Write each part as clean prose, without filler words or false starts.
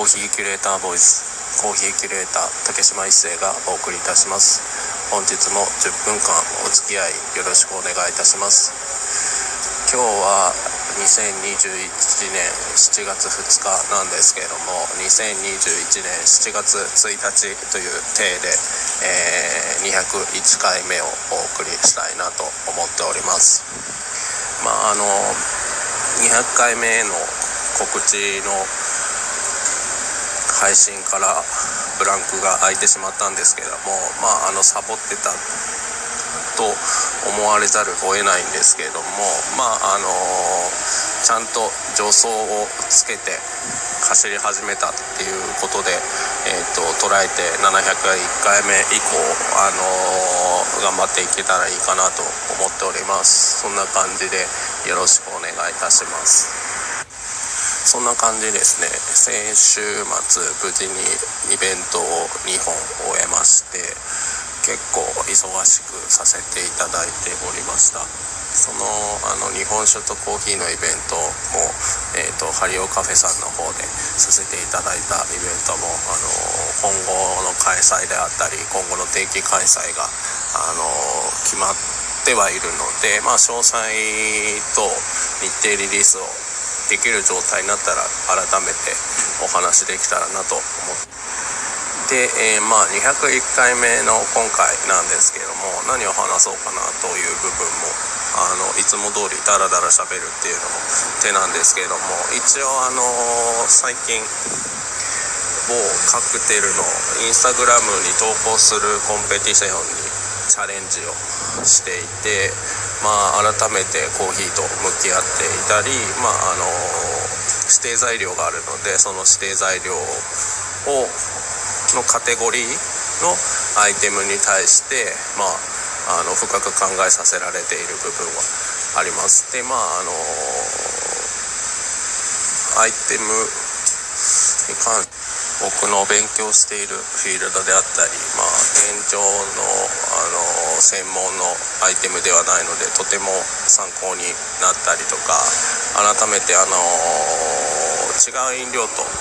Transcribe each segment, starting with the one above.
コーヒーキュレーターボイス、コーヒーキュレーター竹島一生がお送りいたします。本日も10分間お付き合いよろしくお願いいたします。今日は2021年7月2日なんですけれども、2021年7月1日という体で、201回目をお送りしたいなと思っております。200回目の告知の配信からブランクが空いてしまったんですけれども、サボってたと思われざるを得ないんですけれども、ちゃんと助走をつけて走り始めたっていうことで、捉えて701回目以降、頑張っていけたらいいかなと思っております。そんな感じでよろしくお願いいたします。そんな感じですね。先週末無事にイベントを2本終えまして、結構忙しくさせていただいておりました。その日本酒とコーヒーのイベントも、ハリオカフェさんの方でさせていただいたイベントも、今後の開催であったり今後の定期開催が、決まってはいるので、詳細と日程リリースをできる状態になったら改めてお話できたらなと思ってで、201回目の今回なんですけれども、何を話そうかなという部分もいつも通りダラダラ喋るっていうのも手なんですけれども、一応最近某カクテルのインスタグラムに投稿するコンペティションにチャレンジをしていて、改めてコーヒーと向き合っていたり、指定材料があるので、その指定材料のカテゴリーのアイテムに対して深く考えさせられている部分はあります。で、アイテムに関して僕の勉強しているフィールドであったり、現状の専門のアイテムではないのでとても参考になったりとか、改めて違う飲料と、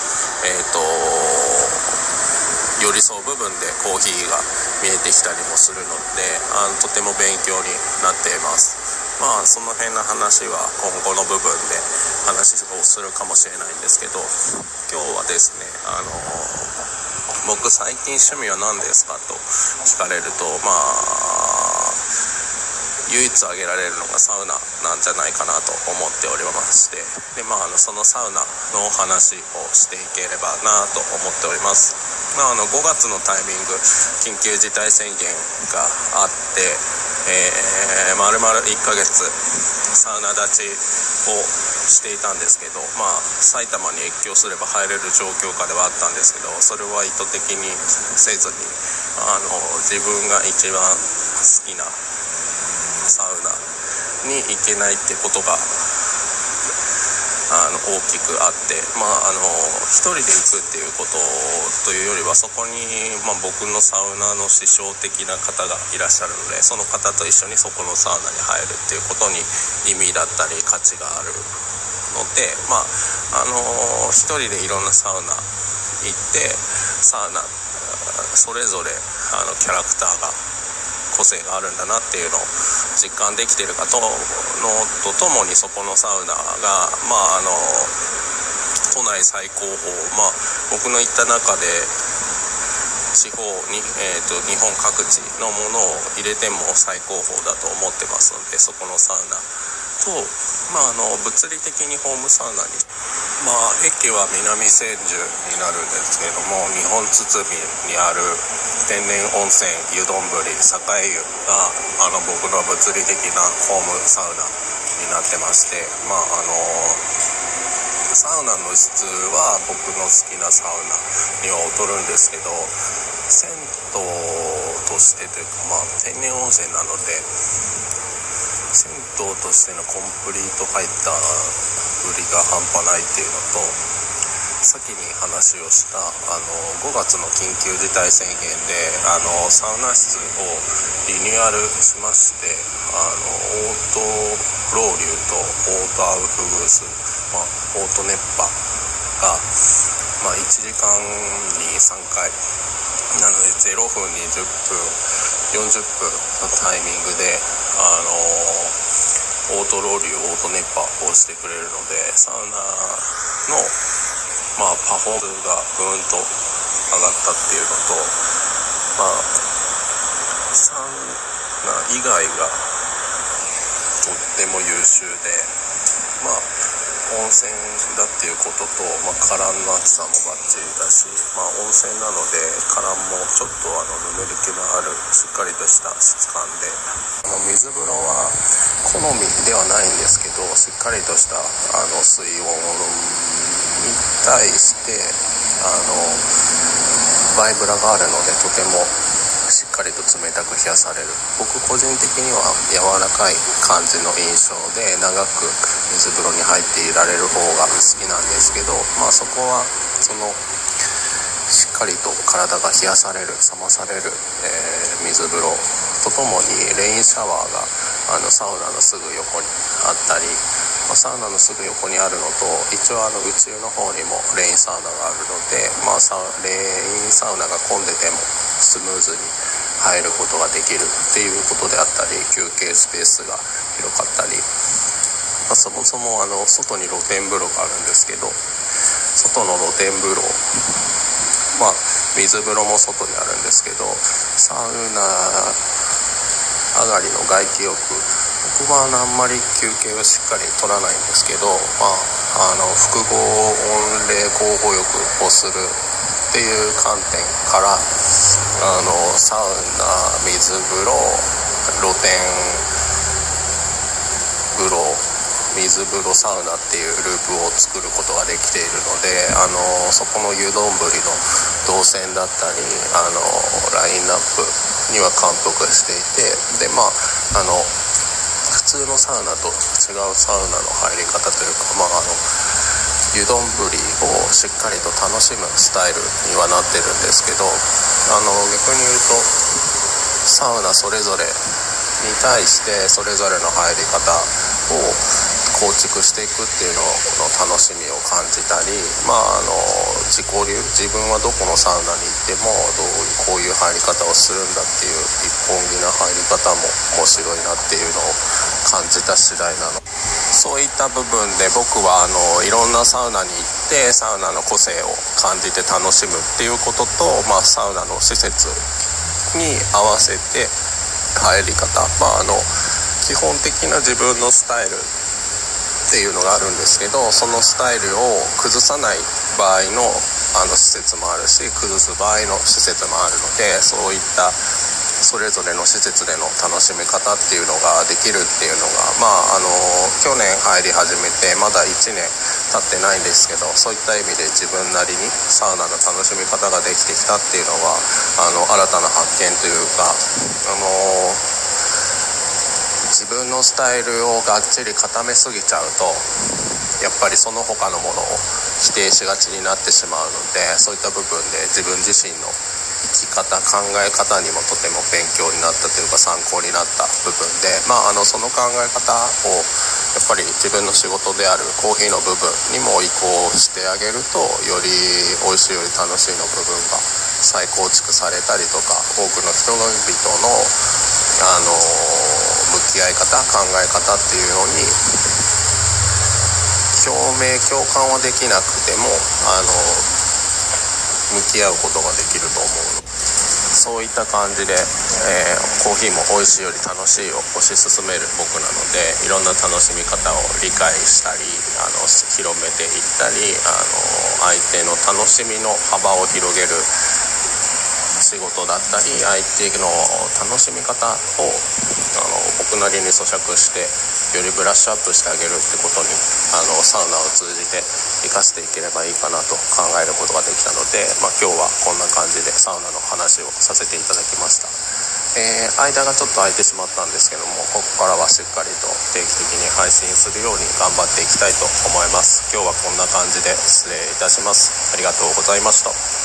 寄り添う部分でコーヒーが見えてきたりもするので、とても勉強になっています。その辺の話は今後の部分で話をするかもしれないんですけど、今日はですね、僕最近趣味は何ですかと聞かれると、唯一挙げられるのがサウナなんじゃないかなと思っておりまして、で、そのサウナの話をしていければなと思っております。5月のタイミング、緊急事態宣言があって、丸々1ヶ月サウナ立ちをしていたんですけど、埼玉に越境すれば入れる状況下ではあったんですけど、それは意図的にせずに、自分が一番好きなサウナに行けないってことが大きくあって、一人で行くっていうことというよりは、そこに、僕のサウナの師匠的な方がいらっしゃるので、その方と一緒にそこのサウナに入るっていうことに意味だったり価値があるので、一人でいろんなサウナ行ってサウナそれぞれキャラクターが個性があるんだなっていうのを実感できているかとともに、そこのサウナが都内最高峰、僕の行った中で地方に、日本各地のものを入れても最高峰だと思ってますので、そこのサウナと、物理的にホームサウナに、駅は南千住になるんですけれども、日本堤にある天然温泉湯どんぶり栄湯が僕の物理的なホームサウナになってまして、サウナの質は僕の好きなサウナには劣るんですけど、銭湯としてというか、天然温泉なので銭湯としてのコンプリート入った売りが半端ないっていうのと、先に話をした5月の緊急事態宣言でサウナ室をリニューアルしまして、オートロウリュとオートアウフグース、オート熱波が 1時間に3回なので0分、20分、40分のタイミングでオートロウリュ、オート熱波をしてくれるので、サウナの、パフォーマンスがぐんと上がったっていうのと、サウナ以外がとっても優秀で、温泉だっていうことと、カランの暑さもバッチリだし、温泉なのでカランもちょっとぬめり気のあるしっかりとした質感で、水風呂は好みではないんですけど、しっかりとした水温に対してバイブラがあるので、とてもしっかりと冷たく冷やされる。僕個人的には柔らかい感じの印象で、長く水風呂に入っていられる方が好きなんですけど、そこはしっかりと体が冷やされる、冷まされる、水風呂とともにレインシャワーがサウナのすぐ横にあったり、サウナのすぐ横にあるのと、一応宇宙の方にもレインサウナがあるので、レインサウナが混んでてもスムーズに入ることができるっていうことであったり、休憩スペースが広かったり、そもそも外に露天風呂があるんですけど、外の露天風呂、水風呂も外にあるんですけど、サウナ上がりの外気浴、僕はあんまり休憩をしっかり取らないんですけど、複合温冷交互浴をするっていう観点からサウナ、水風呂、露天風呂、水風呂、サウナっていうループを作ることができているので、そこの湯丼の動線だったりラインナップには感服していて、で普通のサウナと違うサウナの入り方というか、湯丼をしっかりと楽しむスタイルにはなってるんですけど、逆に言うとサウナそれぞれに対してそれぞれの入り方を構築していくっていうのの楽しみを感じたり、自己流、自分はどこのサウナに行ってもこういう入り方をするんだっていう一本気な入り方も面白いなっていうのを感じた次第なの。そういった部分で僕はいろんなサウナに行ってサウナの個性を感じて楽しむっていうことと、サウナの施設に合わせて入り方、基本的な自分のスタイルっていうのがあるんですけど、そのスタイルを崩さない場合の施設もあるし、崩す場合の施設もあるので、そういったそれぞれの施設での楽しみ方っていうのができるっていうのが、去年入り始めてまだ1年経ってないんですけど、そういった意味で自分なりにサウナの楽しみ方ができてきたっていうのは新たな発見というか、自分のスタイルをがっちり固めすぎちゃうと、やっぱりその他のものを否定しがちになってしまうので、そういった部分で自分自身の生き方、考え方にもとても勉強になったというか参考になった部分で、その考え方をやっぱり自分の仕事であるコーヒーの部分にも移行してあげると、より美味しいより楽しいの部分が再構築されたりとか、多くの人々の向き合い方、考え方っていうのに共感はできなくても向き合うことができると思う。そういった感じで、コーヒーも美味しいより楽しいを推し進める僕なので、いろんな楽しみ方を理解したり広めていったり、相手の楽しみの幅を広げる仕事だったり、相手の楽しみ方を僕なりに咀嚼してよりブラッシュアップしてあげるってことにサウナを通じて生かしていければいいかなと考えることができたので、今日はこんな感じでサウナの話をさせていただきました。間がちょっと空いてしまったんですけども、ここからはしっかりと定期的に配信するように頑張っていきたいと思います。今日はこんな感じで失礼いたします。ありがとうございました。